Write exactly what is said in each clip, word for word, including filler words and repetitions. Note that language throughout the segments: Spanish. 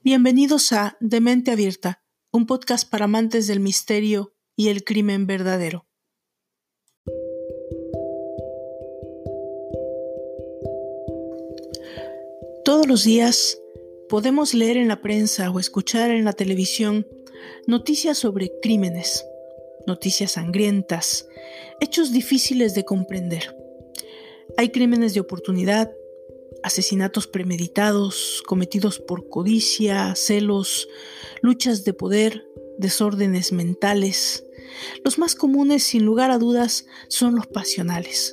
Bienvenidos a De Mente Abierta, un podcast para amantes del misterio y el crimen verdadero. Todos los días podemos leer en la prensa o escuchar en la televisión noticias sobre crímenes, noticias sangrientas, hechos difíciles de comprender. Hay crímenes de oportunidad, asesinatos premeditados, cometidos por codicia, celos, luchas de poder, desórdenes mentales. Los más comunes, sin lugar a dudas, son los pasionales.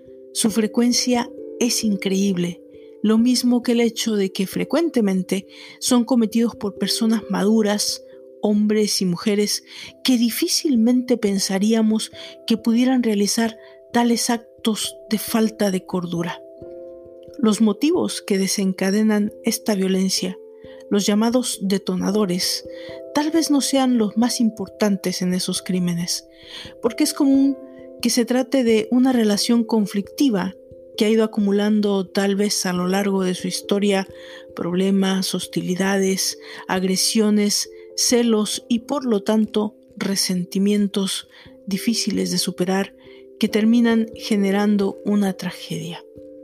Su frecuencia es increíble, lo mismo que el hecho de que frecuentemente son cometidos por personas maduras, hombres y mujeres que difícilmente pensaríamos que pudieran realizar tales actos de falta de cordura. Los motivos que desencadenan esta violencia, los llamados detonadores, tal vez no sean los más importantes en esos crímenes, porque es común que se trate de una relación conflictiva que ha ido acumulando tal vez a lo largo de su historia problemas, hostilidades, agresiones, celos y por lo tanto resentimientos difíciles de superar que terminan generando una tragedia.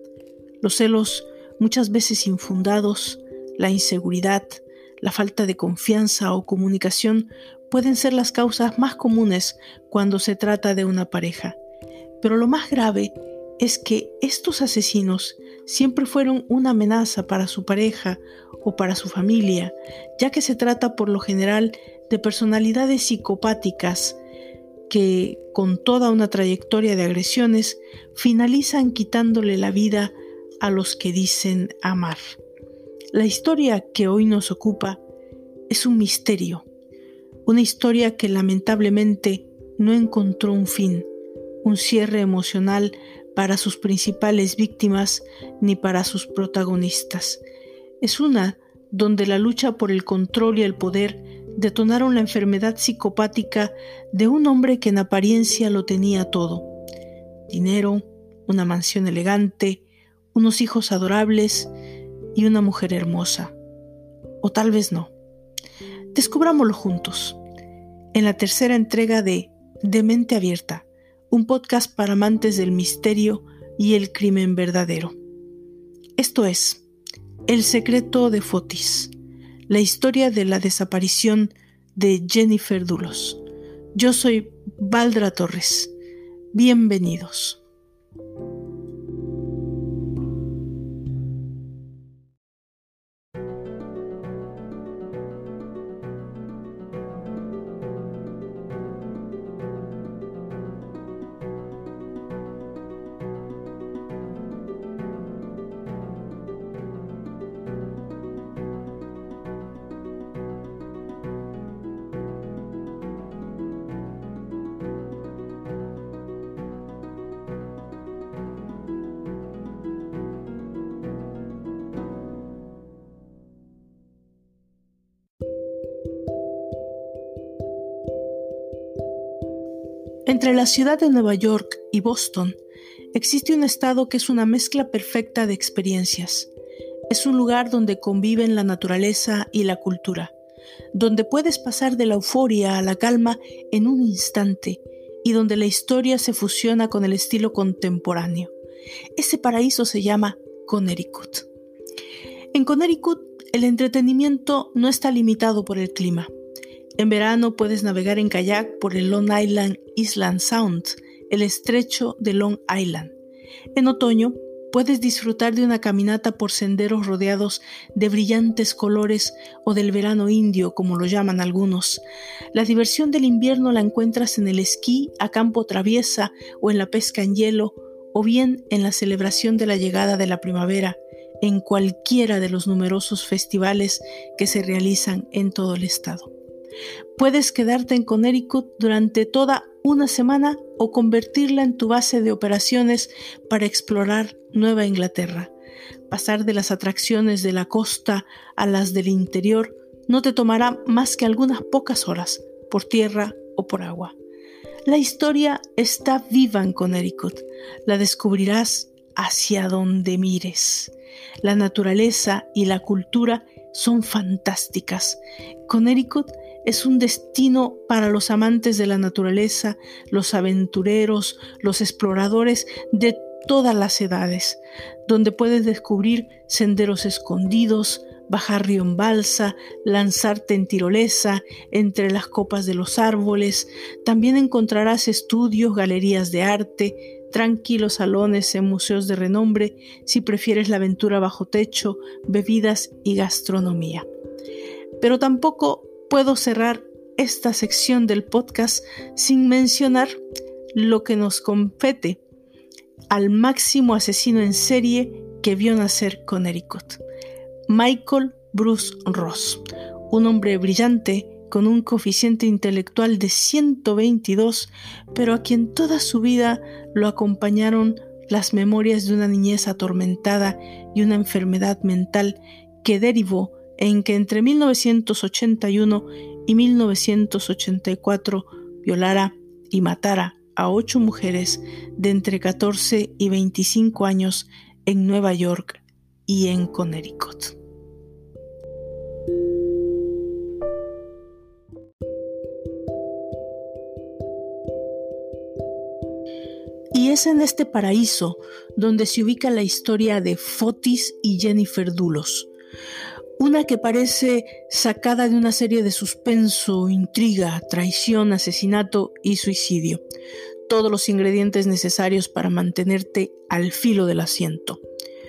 Los celos, muchas veces infundados, la inseguridad, la falta de confianza o comunicación pueden ser las causas más comunes cuando se trata de una pareja. Pero lo más grave es que estos asesinos siempre fueron una amenaza para su pareja o para su familia, ya que se trata por lo general de personalidades psicopáticas que, con toda una trayectoria de agresiones, finalizan quitándole la vida a los que dicen amar. La historia que hoy nos ocupa es un misterio, una historia que lamentablemente no encontró un fin, un cierre emocional para sus principales víctimas ni para sus protagonistas. Es una donde la lucha por el control y el poder detonaron la enfermedad psicopática de un hombre que en apariencia lo tenía todo: dinero, una mansión elegante, unos hijos adorables y una mujer hermosa. O tal vez no. Descubrámoslo juntos, en la tercera entrega de De Mente Abierta, un podcast para amantes del misterio y el crimen verdadero. Esto es El secreto de Fotis, la historia de la desaparición de Jennifer Dulos. Yo soy Valdra Torres. Bienvenidos. Entre la ciudad de Nueva York y Boston existe un estado que es una mezcla perfecta de experiencias. Es un lugar donde conviven la naturaleza y la cultura, donde puedes pasar de la euforia a la calma en un instante y donde la historia se fusiona con el estilo contemporáneo. Ese paraíso se llama Connecticut. En Connecticut, el entretenimiento no está limitado por el clima. En verano puedes navegar en kayak por el Long Island Island Sound, el estrecho de Long Island. En otoño puedes disfrutar de una caminata por senderos rodeados de brillantes colores o del verano indio, como lo llaman algunos. La diversión del invierno la encuentras en el esquí a campo traviesa o en la pesca en hielo, o bien en la celebración de la llegada de la primavera, en cualquiera de los numerosos festivales que se realizan en todo el estado. Puedes quedarte en Connecticut durante toda una semana o convertirla en tu base de operaciones para explorar Nueva Inglaterra. Pasar de las atracciones de la costa a las del interior no te tomará más que algunas pocas horas, por tierra o por agua. La historia está viva en Connecticut. La descubrirás hacia donde mires. La naturaleza y la cultura son fantásticas. Connecticut es un destino para los amantes de la naturaleza, los aventureros, los exploradores de todas las edades, donde puedes descubrir senderos escondidos, bajar río en balsa, lanzarte en tirolesa entre las copas de los árboles. También encontrarás estudios, galerías de arte, tranquilos salones en museos de renombre si prefieres la aventura bajo techo, bebidas y gastronomía. Pero tampoco puedo cerrar esta sección del podcast sin mencionar lo que nos compete al máximo asesino en serie que vio nacer Connecticut, Michael Bruce Ross, un hombre brillante con un coeficiente intelectual de ciento veintidós, pero a quien toda su vida lo acompañaron las memorias de una niñez atormentada y una enfermedad mental que derivó en que entre mil novecientos ochenta y uno y mil novecientos ochenta y cuatro violara y matara a ocho mujeres de entre catorce y veinticinco años en Nueva York y en Connecticut. Y es en este paraíso donde se ubica la historia de Fotis y Jennifer Dulos, una que parece sacada de una serie de suspenso, intriga, traición, asesinato y suicidio. Todos los ingredientes necesarios para mantenerte al filo del asiento.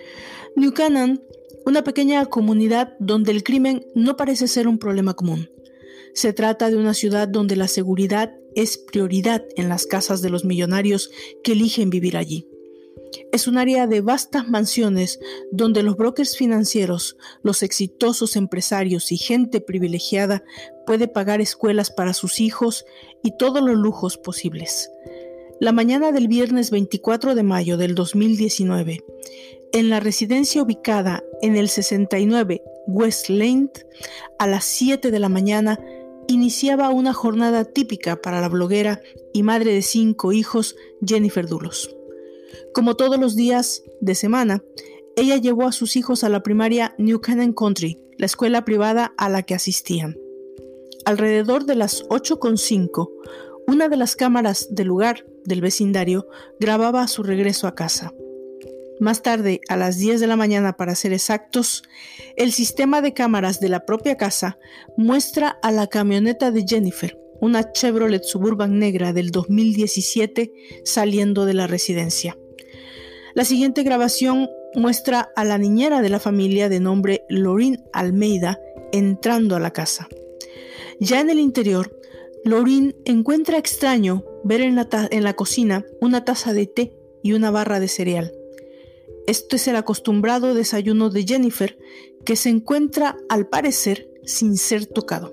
New Canaan, una pequeña comunidad donde el crimen no parece ser un problema común. Se trata de una ciudad donde la seguridad es prioridad en las casas de los millonarios que eligen vivir allí. Es un área de vastas mansiones donde los brokers financieros, los exitosos empresarios y gente privilegiada puede pagar escuelas para sus hijos y todos los lujos posibles. La mañana del viernes veinticuatro de mayo del dos mil diecinueve, en la residencia ubicada en el sesenta y nueve West Lane, a las siete de la mañana, iniciaba una jornada típica para la bloguera y madre de cinco hijos Jennifer Dulos. Como todos los días de semana, ella llevó a sus hijos a la primaria New Canaan Country, la escuela privada a la que asistían. Alrededor de las ocho coma cinco, una de las cámaras del lugar del vecindario grababa su regreso a casa. Más tarde, a las diez de la mañana para ser exactos, el sistema de cámaras de la propia casa muestra a la camioneta de Jennifer, una Chevrolet Suburban negra del dos mil diecisiete, saliendo de la residencia. La siguiente grabación muestra a la niñera de la familia de nombre Lauren Almeida entrando a la casa. Ya en el interior, Lauren encuentra extraño ver en la, ta- en la cocina una taza de té y una barra de cereal. Esto es el acostumbrado desayuno de Jennifer, que se encuentra, al parecer, sin ser tocado.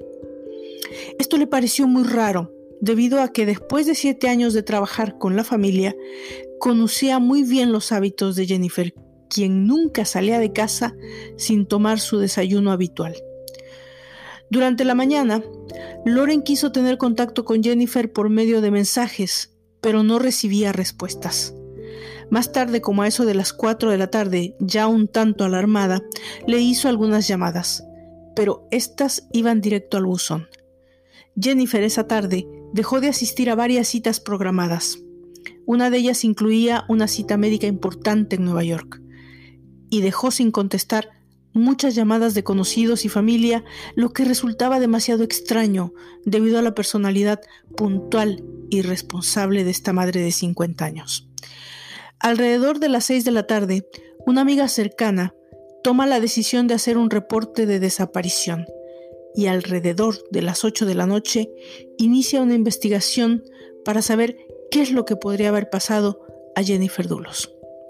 Esto le pareció muy raro, debido a que después de siete años de trabajar con la familia, conocía muy bien los hábitos de Jennifer, quien nunca salía de casa sin tomar su desayuno habitual. Durante la mañana, Lauren quiso tener contacto con Jennifer por medio de mensajes, pero no recibía respuestas. Más tarde, como a eso de las cuatro de la tarde, ya un tanto alarmada, le hizo algunas llamadas, pero estas iban directo al buzón. Jennifer esa tarde dejó de asistir a varias citas programadas. Una de ellas incluía una cita médica importante en Nueva York, y dejó sin contestar muchas llamadas de conocidos y familia, lo que resultaba demasiado extraño debido a la personalidad puntual y responsable de esta madre de cincuenta años. Alrededor de las seis de la tarde, una amiga cercana toma la decisión de hacer un reporte de desaparición y alrededor de las ocho de la noche inicia una investigación para saber qué es lo que podría haber pasado a Jennifer Dulos.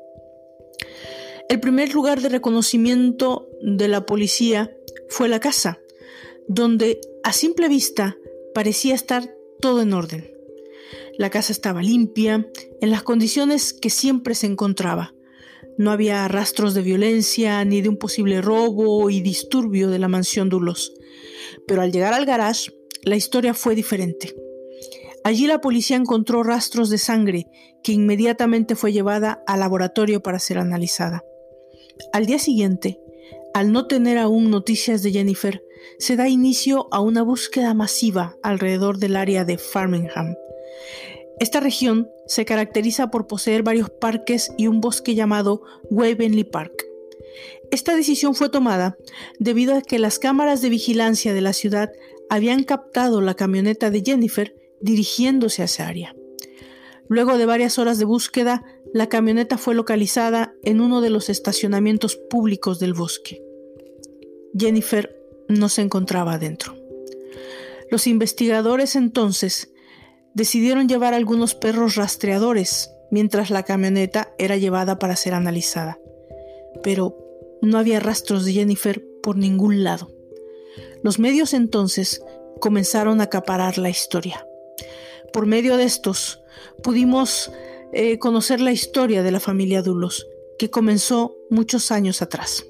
El primer lugar de reconocimiento de la policía fue la casa, donde a simple vista parecía estar todo en orden. La casa estaba limpia, en las condiciones que siempre se encontraba. No había rastros de violencia ni de un posible robo y disturbio de la mansión Dulos. Pero al llegar al garage, la historia fue diferente. Allí la policía encontró rastros de sangre que inmediatamente fue llevada al laboratorio para ser analizada. Al día siguiente, Al no tener aún noticias de Jennifer, se da inicio a una búsqueda masiva alrededor del área de Framingham. Esta región se caracteriza por poseer varios parques y un bosque llamado Waveney Park. Esta decisión fue tomada debido a que las cámaras de vigilancia de la ciudad habían captado la camioneta de Jennifer dirigiéndose a esa área. Luego de varias horas de búsqueda, la camioneta fue localizada en uno de los estacionamientos públicos del bosque. Jennifer no se encontraba adentro. Los investigadores entonces decidieron llevar algunos perros rastreadores mientras la camioneta era llevada para ser analizada. Pero no había rastros de Jennifer por ningún lado. Los medios entonces comenzaron a acaparar la historia. Por medio de estos, pudimos eh, conocer la historia de la familia Dulos, que comenzó muchos años atrás.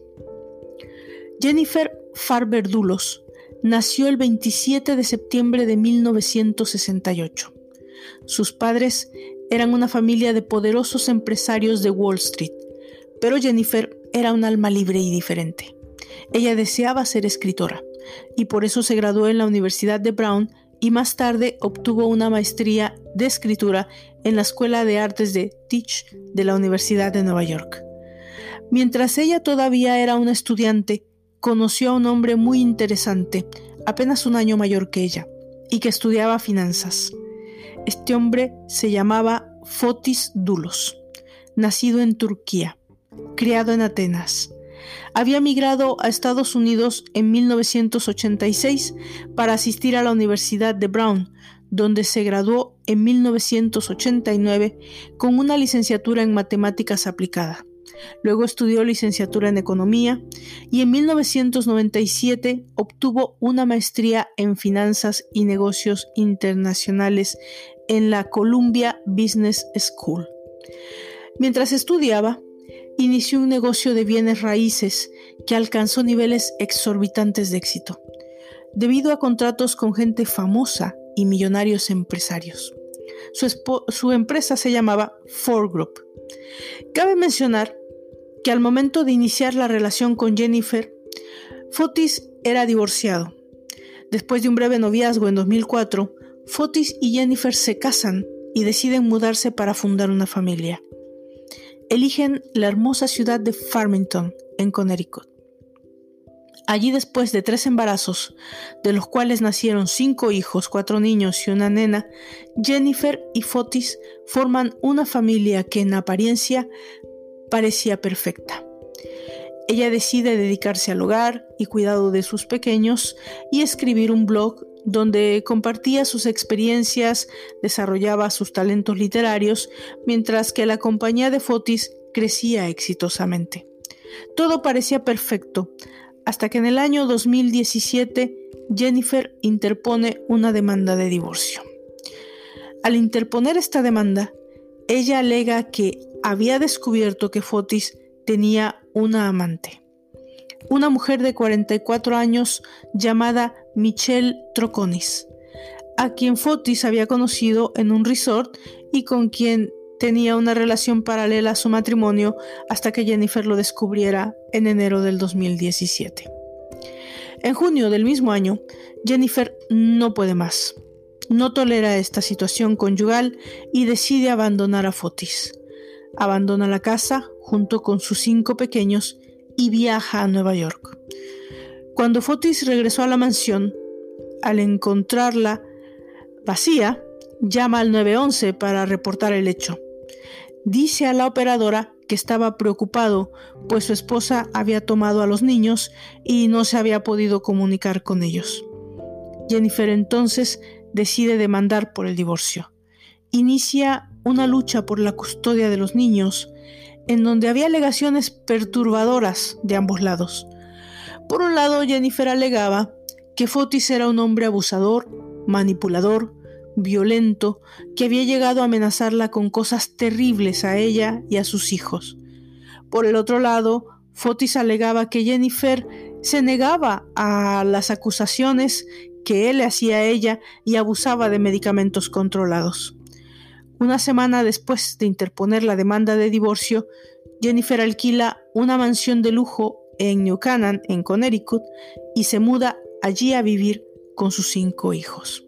Jennifer Farber Dulos nació el veintisiete de septiembre de mil novecientos sesenta y ocho. Sus padres eran una familia de poderosos empresarios de Wall Street, pero Jennifer era un alma libre y diferente. Ella deseaba ser escritora y por eso se graduó en la Universidad de Brown y más tarde obtuvo una maestría de escritura en la Escuela de Artes de Tisch de la Universidad de Nueva York. Mientras ella todavía era una estudiante, conoció a un hombre muy interesante, apenas un año mayor que ella, y que estudiaba finanzas. Este hombre se llamaba Fotis Dulos, nacido en Turquía, criado en Atenas. Había migrado a Estados Unidos en mil novecientos ochenta y seis para asistir a la Universidad de Brown, donde se graduó en mil novecientos ochenta y nueve con una licenciatura en matemáticas aplicada. Luego estudió licenciatura en economía y en mil novecientos noventa y siete obtuvo una maestría en finanzas y negocios internacionales en la Columbia Business School. Mientras estudiaba, inició un negocio de bienes raíces que alcanzó niveles exorbitantes de éxito, debido a contratos con gente famosa y millonarios empresarios. Su, espo- su empresa se llamaba Ford Group. Cabe mencionar que al momento de iniciar la relación con Jennifer, Fotis era divorciado. Después de un breve noviazgo en dos mil cuatro, Fotis y Jennifer se casan y deciden mudarse para fundar una familia. Eligen la hermosa ciudad de Farmington, en Connecticut. Allí, después de tres embarazos, de los cuales nacieron cinco hijos, cuatro niños y una nena, Jennifer y Fotis forman una familia que en apariencia parecía perfecta. Ella decide dedicarse al hogar y cuidado de sus pequeños y escribir un blog donde compartía sus experiencias, desarrollaba sus talentos literarios, mientras que la compañía de Fotis crecía exitosamente. Todo parecía perfecto, hasta que en el año dos mil diecisiete Jennifer interpone una demanda de divorcio. Al interponer esta demanda, ella alega que había descubierto que Fotis tenía una amante, una mujer de cuarenta y cuatro años llamada Michelle Troconis, a quien Fotis había conocido en un resort y con quien tenía una relación paralela a su matrimonio hasta que Jennifer lo descubriera en enero del dos mil diecisiete. En junio del mismo año, Jennifer no puede más. No tolera esta situación conyugal y decide abandonar a Fotis. Abandona la casa junto con sus cinco pequeños y viaja a Nueva York. Cuando Fotis regresó a la mansión, al encontrarla vacía, llama al nueve once para reportar el hecho. Dice a la operadora que estaba preocupado, pues su esposa había tomado a los niños y no se había podido comunicar con ellos. Jennifer entonces decide demandar por el divorcio. Inicia una lucha por la custodia de los niños, en donde había alegaciones perturbadoras de ambos lados. Por un lado, Jennifer alegaba que Fotis era un hombre abusador, manipulador, violento, que había llegado a amenazarla con cosas terribles a ella y a sus hijos. Por el otro lado, Fotis alegaba que Jennifer se negaba a las acusaciones que él le hacía a ella y abusaba de medicamentos controlados. Una semana después de interponer la demanda de divorcio, Jennifer alquila una mansión de lujo en New Canaan, en Connecticut, y se muda allí a vivir con sus cinco hijos.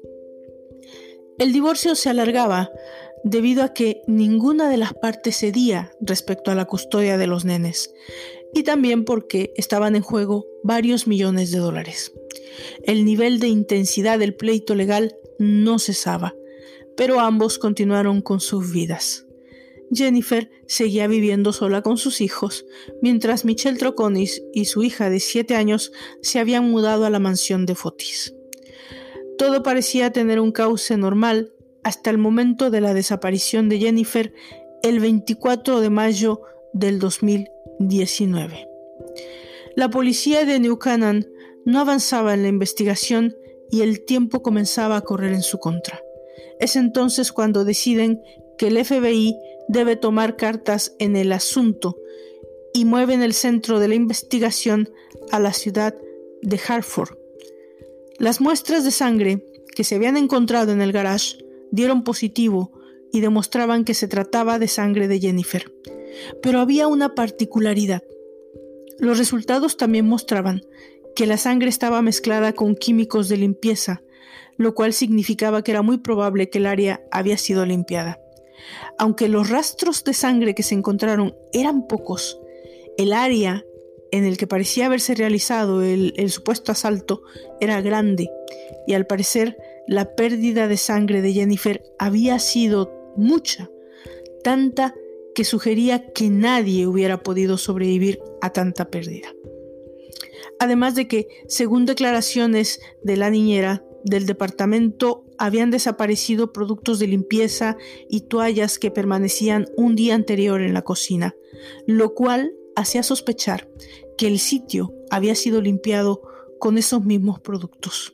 El divorcio se alargaba debido a que ninguna de las partes cedía respecto a la custodia de los nenes, y también porque estaban en juego varios millones de dólares. El nivel de intensidad del pleito legal no cesaba, pero ambos continuaron con sus vidas. Jennifer seguía viviendo sola con sus hijos, mientras Michelle Troconis y su hija de siete años se habían mudado a la mansión de Fotis. Todo parecía tener un cauce normal hasta el momento de la desaparición de Jennifer el veinticuatro de mayo del dos mil diecinueve. La policía de New Canaan no avanzaba en la investigación y el tiempo comenzaba a correr en su contra. Es entonces cuando deciden que el F B I debe tomar cartas en el asunto y mueven el centro de la investigación a la ciudad de Hartford. Las muestras de sangre que se habían encontrado en el garage dieron positivo y demostraban que se trataba de sangre de Jennifer. Pero había una particularidad. Los resultados también mostraban que la sangre estaba mezclada con químicos de limpieza, lo cual significaba que era muy probable que el área había sido limpiada. Aunque los rastros de sangre que se encontraron eran pocos, el área en el que parecía haberse realizado el, el supuesto asalto era grande, y al parecer la pérdida de sangre de Jennifer había sido mucha, tanta que sugería que nadie hubiera podido sobrevivir a tanta pérdida. Además de que, según declaraciones de la niñera del departamento, habían desaparecido productos de limpieza y toallas que permanecían un día anterior en la cocina, lo cual hacía sospechar que el sitio había sido limpiado con esos mismos productos.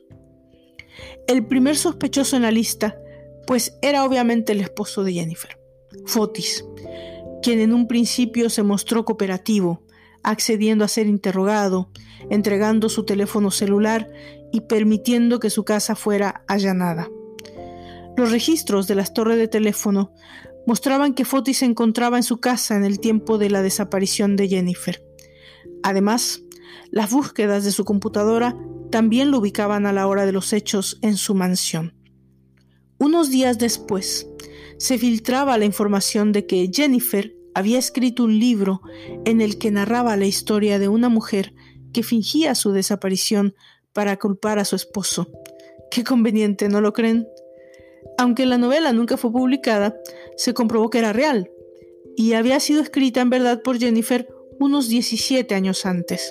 El primer sospechoso en la lista, pues era obviamente el esposo de Jennifer, Fotis, quien en un principio se mostró cooperativo, accediendo a ser interrogado, entregando su teléfono celular y permitiendo que su casa fuera allanada. Los registros de las torres de teléfono mostraban que Fotis se encontraba en su casa en el tiempo de la desaparición de Jennifer. Además, las búsquedas de su computadora también lo ubicaban a la hora de los hechos en su mansión. Unos días después, se filtraba la información de que Jennifer había escrito un libro en el que narraba la historia de una mujer que fingía su desaparición para culpar a su esposo. Qué conveniente, ¿no lo creen? Aunque la novela nunca fue publicada, se comprobó que era real y había sido escrita en verdad por Jennifer unos diecisiete años antes.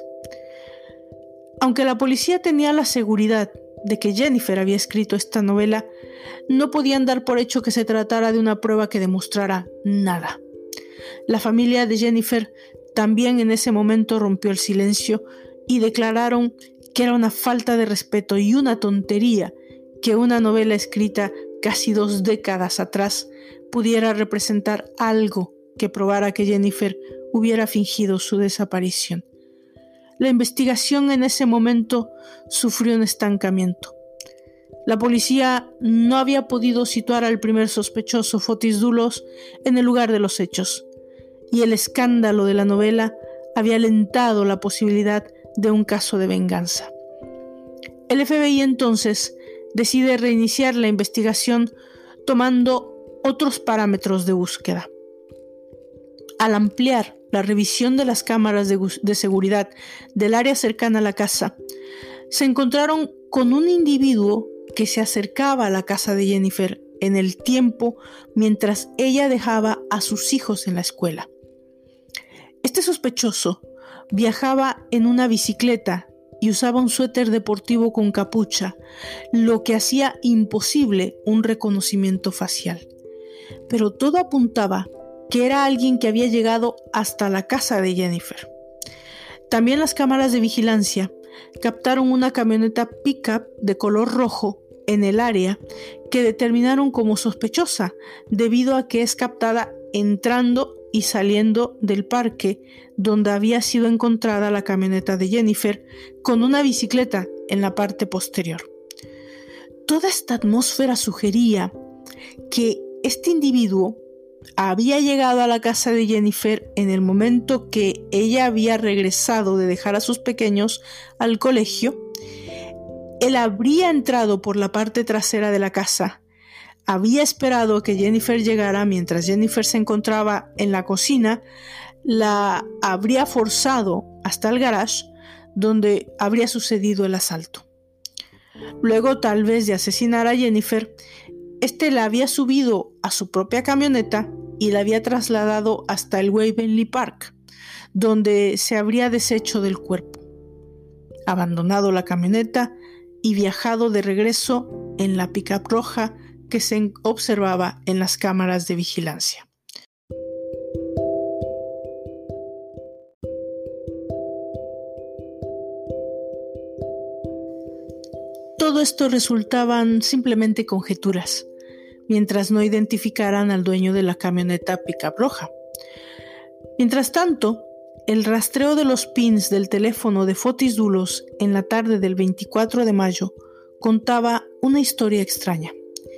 Aunque la policía tenía la seguridad de que Jennifer había escrito esta novela, no podían dar por hecho que se tratara de una prueba que demostrara nada. La familia de Jennifer también en ese momento rompió el silencio y declararon que era una falta de respeto y una tontería que una novela escrita casi dos décadas atrás pudiera representar algo que probara que Jennifer hubiera fingido su desaparición. La investigación en ese momento sufrió un estancamiento. La policía no había podido situar al primer sospechoso, Fotis Dulos, en el lugar de los hechos, y el escándalo de la novela había alentado la posibilidad de un caso de venganza. El F B I entonces decide reiniciar la investigación tomando otros parámetros de búsqueda. Al ampliar la revisión de las cámaras de, de seguridad del área cercana a la casa, se encontraron con un individuo que se acercaba a la casa de Jennifer en el tiempo mientras ella dejaba a sus hijos en la escuela. Este sospechoso viajaba en una bicicleta y usaba un suéter deportivo con capucha, lo que hacía imposible un reconocimiento facial. Pero todo apuntaba que era alguien que había llegado hasta la casa de Jennifer. También las cámaras de vigilancia captaron una camioneta pick-up de color rojo en el área que determinaron como sospechosa debido a que es captada entrando y saliendo del parque donde había sido encontrada la camioneta de Jennifer con una bicicleta en la parte posterior. Toda esta atmósfera sugería que este individuo había llegado a la casa de Jennifer en el momento que ella había regresado de dejar a sus pequeños al colegio. Él habría entrado por la parte trasera de la casa, había esperado que Jennifer llegara mientras Jennifer se encontraba en la cocina, la habría forzado hasta el garage donde habría sucedido el asalto. Luego, tal vez de asesinar a Jennifer, este la había subido a su propia camioneta y la había trasladado hasta el Waverly Park, donde se habría deshecho del cuerpo, abandonado la camioneta y viajado de regreso en la pick-up roja que se observaba en las cámaras de vigilancia. Todo esto resultaban simplemente conjeturas, mientras no identificaran al dueño de la camioneta pick-up roja. Mientras tanto, el rastreo de los pins del teléfono de Fotis Dulos en la tarde del veinticuatro de mayo contaba una historia extraña.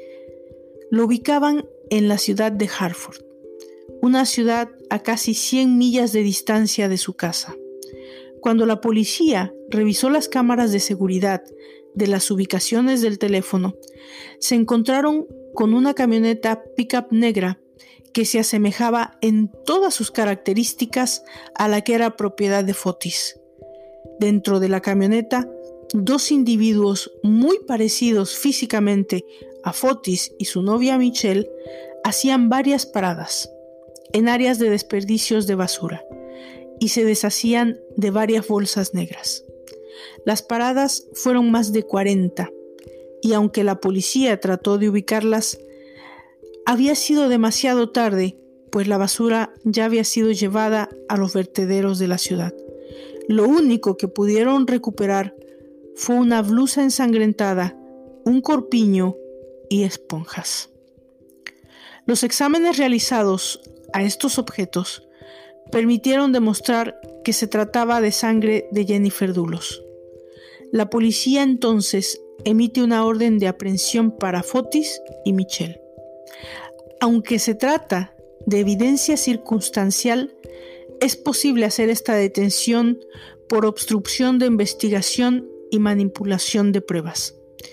Lo ubicaban en la ciudad de Hartford, una ciudad a casi cien millas de distancia de su casa. Cuando la policía revisó las cámaras de seguridad de las ubicaciones del teléfono, se encontraron con una camioneta pick-up negra que se asemejaba en todas sus características a la que era propiedad de Fotis. Dentro de la camioneta, dos individuos muy parecidos físicamente a Fotis y su novia Michelle hacían varias paradas en áreas de desperdicios de basura y se deshacían de varias bolsas negras. Las paradas fueron más de cuarenta y aunque la policía trató de ubicarlas, había sido demasiado tarde, pues la basura ya había sido llevada a los vertederos de la ciudad. Lo único que pudieron recuperar fue una blusa ensangrentada, un corpiño y esponjas. Los exámenes realizados a estos objetos permitieron demostrar que se trataba de sangre de Jennifer Dulos. La policía entonces emite una orden de aprehensión para Fotis y Michelle. Aunque se trata de evidencia circunstancial, es posible hacer esta detención por obstrucción de investigación y manipulación de pruebas.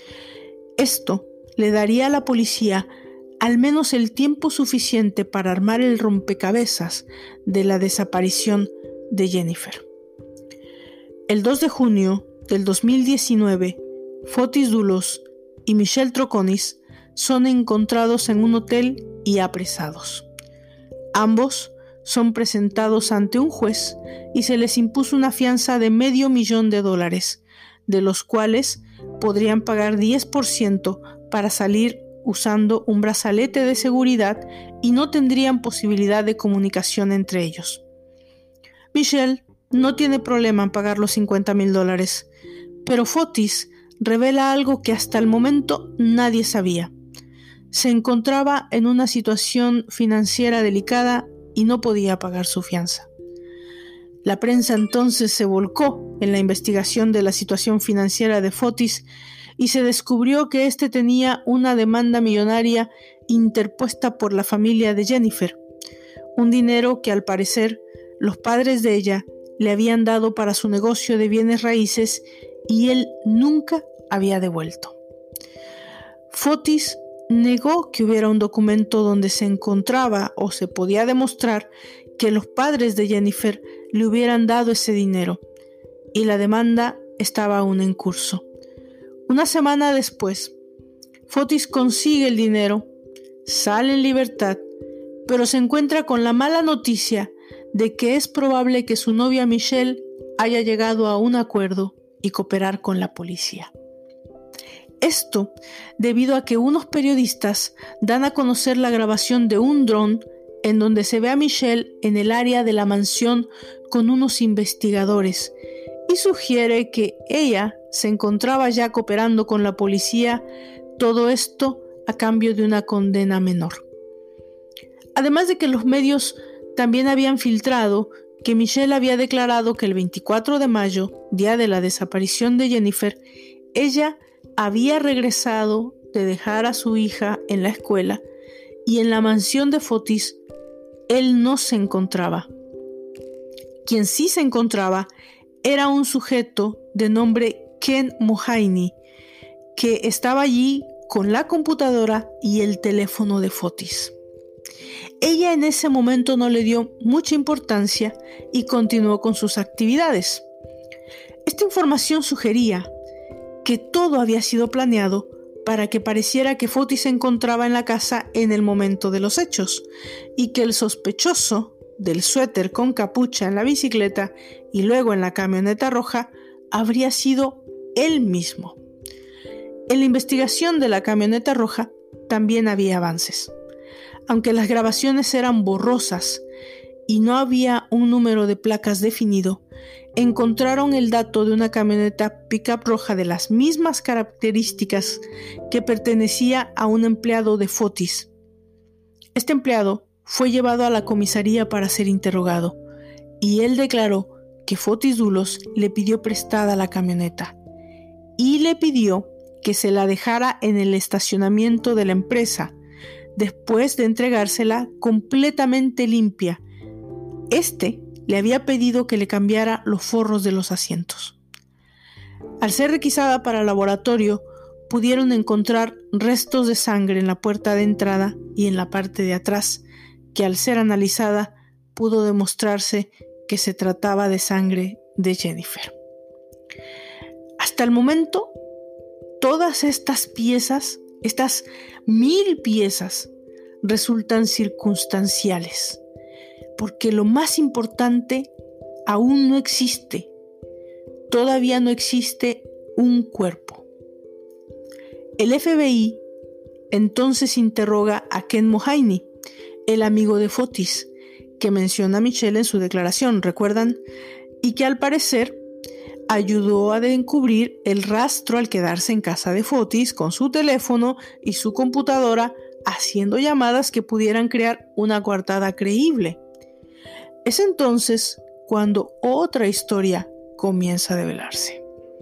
Esto le daría a la policía al menos el tiempo suficiente para armar el rompecabezas de la desaparición de Jennifer. El dos de junio del dos mil diecinueve, Fotis Dulos y Michelle Troconis son encontrados en un hotel y apresados. Ambos son presentados ante un juez y se les impuso una fianza de medio millón de dólares, de los cuales podrían pagar diez por ciento para salir usando un brazalete de seguridad y no tendrían posibilidad de comunicación entre ellos. Michelle no tiene problema en pagar los cincuenta mil dólares, pero Fotis revela algo que hasta el momento nadie sabía. Se encontraba en una situación financiera delicada y no podía pagar su fianza. La prensa entonces se volcó en la investigación de la situación financiera de Fotis y se descubrió que éste tenía una demanda millonaria interpuesta por la familia de Jennifer, un dinero que al parecer los padres de ella le habían dado para su negocio de bienes raíces y él nunca había devuelto. Fotis negó que hubiera un documento donde se encontraba o se podía demostrar que los padres de Jennifer le hubieran dado ese dinero, y la demanda estaba aún en curso. Una semana después, Fotis consigue el dinero, sale en libertad, pero se encuentra con la mala noticia de que es probable que su novia Michelle haya llegado a un acuerdo y cooperar con la policía. Esto debido a que unos periodistas dan a conocer la grabación de un dron en donde se ve a Michelle en el área de la mansión con unos investigadores y sugiere que ella se encontraba ya cooperando con la policía, todo esto a cambio de una condena menor. Además de que los medios también habían filtrado que Michelle había declarado que el veinticuatro de mayo, día de la desaparición de Jennifer, ella había regresado de dejar a su hija en la escuela y en la mansión de Fotis él no se encontraba. Quien sí se encontraba era un sujeto de nombre Ken Mohaney, que estaba allí con la computadora y el teléfono de Fotis. Ella en ese momento no le dio mucha importancia y continuó con sus actividades. Esta información sugería que todo había sido planeado para que pareciera que Fotis se encontraba en la casa en el momento de los hechos y que el sospechoso del suéter con capucha en la bicicleta y luego en la camioneta roja habría sido él mismo. En la investigación de la camioneta roja también había avances. Aunque las grabaciones eran borrosas y no había un número de placas definido, encontraron el dato de una camioneta pick-up roja de las mismas características que pertenecía a un empleado de Fotis. Este empleado fue llevado a la comisaría para ser interrogado y él declaró que Fotis Dulos le pidió prestada la camioneta y le pidió que se la dejara en el estacionamiento de la empresa después de entregársela completamente limpia. Este le había pedido que le cambiara los forros de los asientos. Al ser requisada para el laboratorio, pudieron encontrar restos de sangre en la puerta de entrada y en la parte de atrás, que al ser analizada pudo demostrarse que se trataba de sangre de Jennifer. Hasta el momento, todas estas piezas, estas mil piezas, resultan circunstanciales, porque lo más importante aún no existe. Todavía no existe un cuerpo. El F B I entonces interroga a Ken Mohaney, el amigo de Fotis, que menciona a Michelle en su declaración, ¿recuerdan? Y que al parecer ayudó a encubrir el rastro al quedarse en casa de Fotis con su teléfono y su computadora, haciendo llamadas que pudieran crear una coartada creíble. Es entonces cuando otra historia comienza a develarse.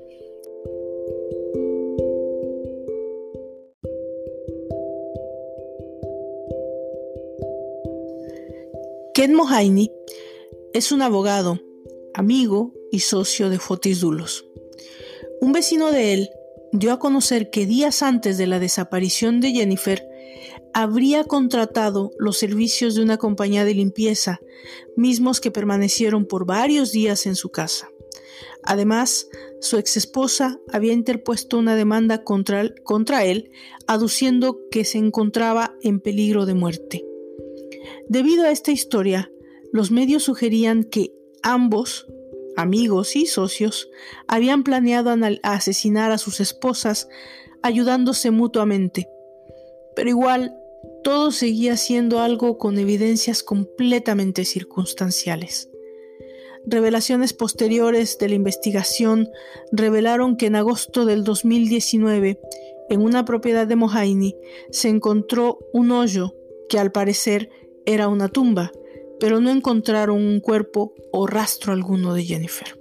Ken Mohaney es un abogado, amigo y socio de Fotis Dulos. Un vecino de él dio a conocer que días antes de la desaparición de Jennifer habría contratado los servicios de una compañía de limpieza, mismos que permanecieron por varios días en su casa. Además, su exesposa había interpuesto una demanda contra, contra él, aduciendo que se encontraba en peligro de muerte. Debido a esta historia, los medios sugerían que ambos, amigos y socios, habían planeado asesinar a sus esposas, ayudándose mutuamente. Pero igual, todo seguía siendo algo con evidencias completamente circunstanciales. Revelaciones posteriores de la investigación revelaron que en agosto del dos mil diecinueve, en una propiedad de Mohaney, se encontró un hoyo que al parecer era una tumba, pero no encontraron un cuerpo o rastro alguno de Jennifer.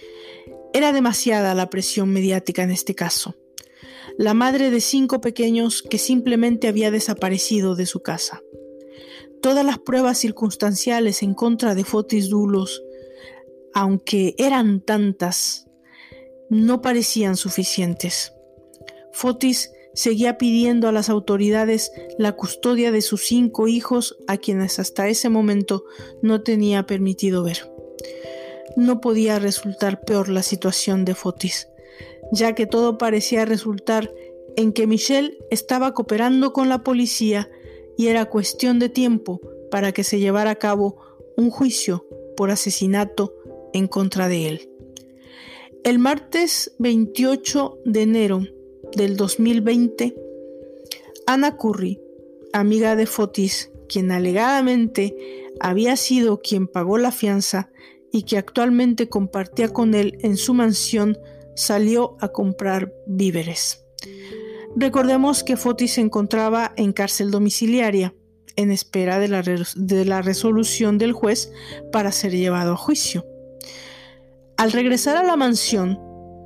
Era demasiada la presión mediática en este caso. La madre de cinco pequeños que simplemente había desaparecido de su casa. Todas las pruebas circunstanciales en contra de Fotis Dulos, aunque eran tantas, no parecían suficientes. Fotis seguía pidiendo a las autoridades la custodia de sus cinco hijos, a quienes hasta ese momento no tenía permitido ver. No podía resultar peor la situación de Fotis, ya que todo parecía resultar en que Michelle estaba cooperando con la policía y era cuestión de tiempo para que se llevara a cabo un juicio por asesinato en contra de él. El martes veintiocho de enero del dos mil veinte, Anna Curry, amiga de Fotis, quien alegadamente había sido quien pagó la fianza y que actualmente compartía con él en su mansión, salió a comprar víveres. Recordemos que Fotis se encontraba en cárcel domiciliaria, en espera de la, re- de la resolución del juez para ser llevado a juicio. Al regresar a la mansión,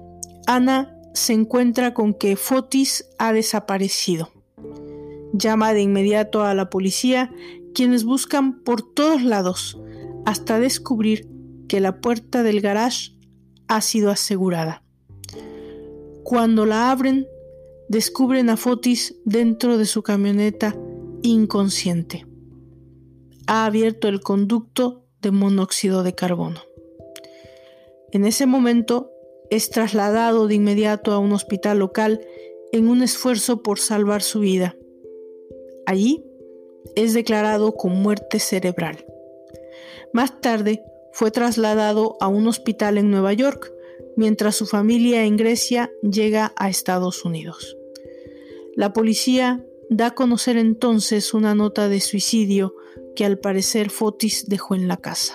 Ana se encuentra con que Fotis ha desaparecido. Llama de inmediato a la policía, quienes buscan por todos lados hasta descubrir que la puerta del garage ha sido asegurada. Cuando la abren, descubren a Fotis dentro de su camioneta inconsciente. Ha abierto el conducto de monóxido de carbono. En ese momento es trasladado de inmediato a un hospital local en un esfuerzo por salvar su vida. Allí es declarado con muerte cerebral. Más tarde fue trasladado a un hospital en Nueva York, mientras su familia en Grecia llega a Estados Unidos. La policía da a conocer entonces una nota de suicidio que al parecer Fotis dejó en la casa.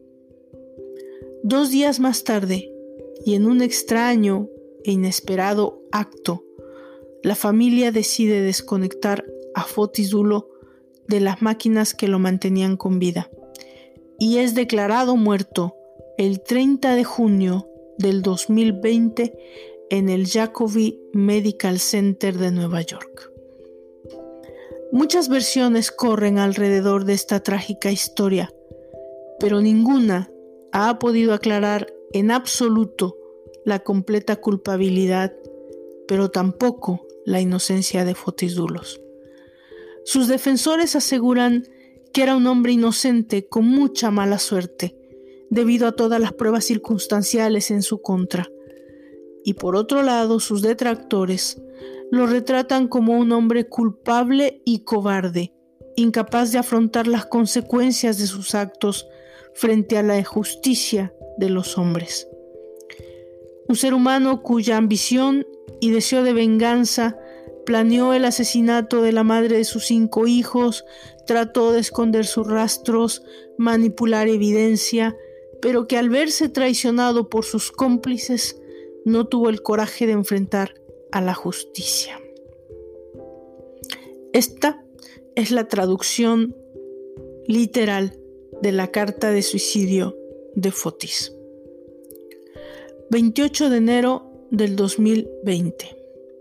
Dos días más tarde, y en un extraño e inesperado acto, la familia decide desconectar a Fotis Dulo de las máquinas que lo mantenían con vida, y es declarado muerto el treinta de junio del dos mil veinte en el Jacobi Medical Center de Nueva York. Muchas versiones corren alrededor de esta trágica historia, pero ninguna ha podido aclarar en absoluto la completa culpabilidad, pero tampoco la inocencia de Fotis Dulos. Sus defensores aseguran que era un hombre inocente con mucha mala suerte, debido a todas las pruebas circunstanciales en su contra. Y por otro lado, sus detractores lo retratan como un hombre culpable y cobarde, incapaz de afrontar las consecuencias de sus actos frente a la injusticia de los hombres. Un ser humano cuya ambición y deseo de venganza planeó el asesinato de la madre de sus cinco hijos, trató de esconder sus rastros, manipular evidencia, pero que al verse traicionado por sus cómplices, no tuvo el coraje de enfrentar a la justicia. Esta es la traducción literal de la carta de suicidio de Fotis. veintiocho de enero del dos mil veinte.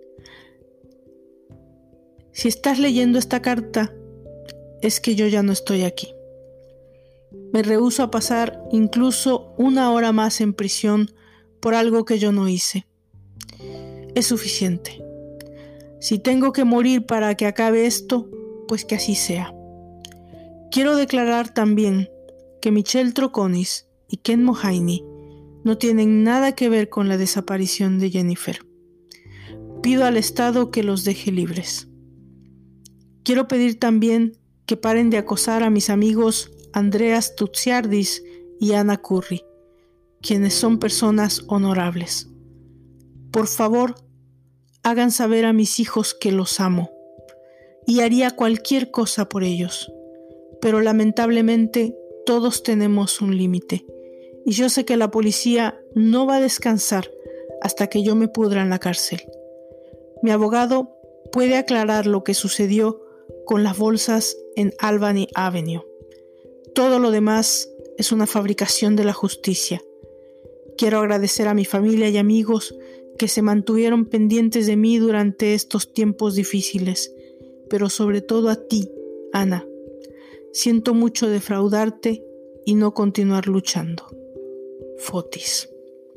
Si estás leyendo esta carta, es que yo ya no estoy aquí. Me rehúso a pasar incluso una hora más en prisión por algo que yo no hice. Es suficiente. Si tengo que morir para que acabe esto, pues que así sea. Quiero declarar también que Michelle Troconis y Ken Mohaney no tienen nada que ver con la desaparición de Jennifer. Pido al Estado que los deje libres. Quiero pedir también que paren de acosar a mis amigos Andreas Tutsiardis y Anna Curry, quienes son personas honorables. Por favor, hagan saber a mis hijos que los amo y haría cualquier cosa por ellos, pero lamentablemente todos tenemos un límite y yo sé que la policía no va a descansar hasta que yo me pudra en la cárcel. Mi abogado puede aclarar lo que sucedió con las bolsas en Albany Avenue. Todo lo demás es una fabricación de la justicia. Quiero agradecer a mi familia y amigos que se mantuvieron pendientes de mí durante estos tiempos difíciles, pero sobre todo a ti, Ana. Siento mucho defraudarte y no continuar luchando. Fotis.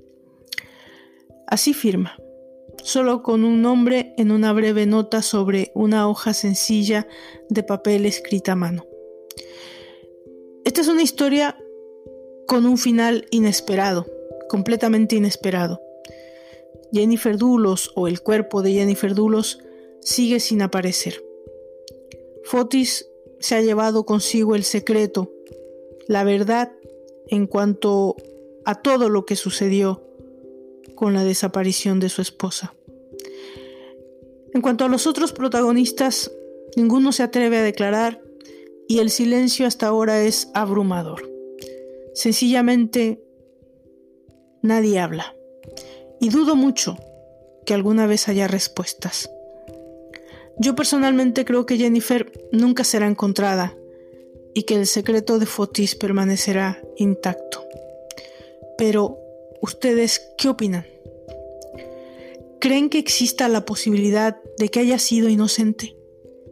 Así firma, solo con un nombre en una breve nota sobre una hoja sencilla de papel escrita a mano. Esta es una historia con un final inesperado, completamente inesperado. Jennifer Dulos, o el cuerpo de Jennifer Dulos, sigue sin aparecer. Fotis se ha llevado consigo el secreto, la verdad en cuanto a todo lo que sucedió con la desaparición de su esposa. En cuanto a los otros protagonistas, ninguno se atreve a declarar y el silencio hasta ahora es abrumador. Sencillamente, nadie habla. Y dudo mucho que alguna vez haya respuestas. Yo personalmente creo que Jennifer nunca será encontrada y que el secreto de Fotis permanecerá intacto. Pero, ¿ustedes qué opinan? ¿Creen que exista la posibilidad de que haya sido inocente?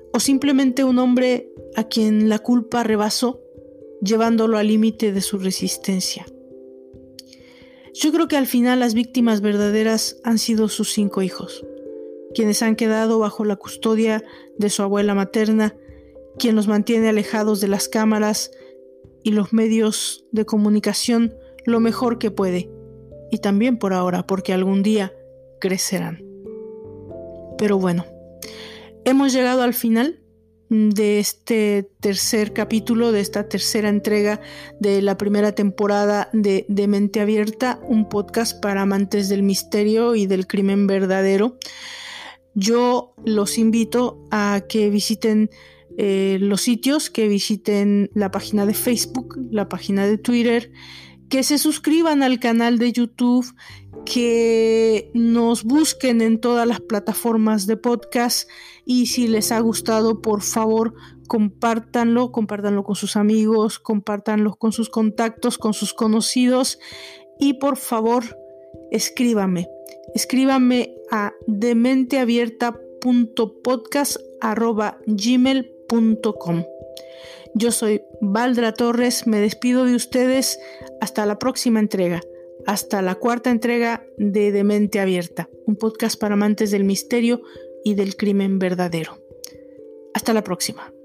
o simplemente un hombre a quien la culpa rebasó, llevándolo al límite de su resistencia. Yo creo que al final las víctimas verdaderas han sido sus cinco hijos, quienes han quedado bajo la custodia de su abuela materna, quien los mantiene alejados de las cámaras y los medios de comunicación lo mejor que puede, y también por ahora, porque algún día crecerán. Pero bueno, hemos llegado al final de este tercer capítulo, de esta tercera entrega de la primera temporada de, de Mente Abierta, un podcast para amantes del misterio y del crimen verdadero. Yo los invito a que visiten eh, los sitios, que visiten la página de Facebook, la página de Twitter, que se suscriban al canal de YouTube, que nos busquen en todas las plataformas de podcast, y si les ha gustado, por favor, compártanlo, compártanlo con sus amigos, compártanlo con sus contactos, con sus conocidos, y por favor, escríbame, escríbame a dementeabierta punto podcast arroba gmail punto com. Yo soy Valdra Torres, me despido de ustedes hasta la próxima entrega, hasta la cuarta entrega de De Mente Abierta, un podcast para amantes del misterio y del crimen verdadero. Hasta la próxima.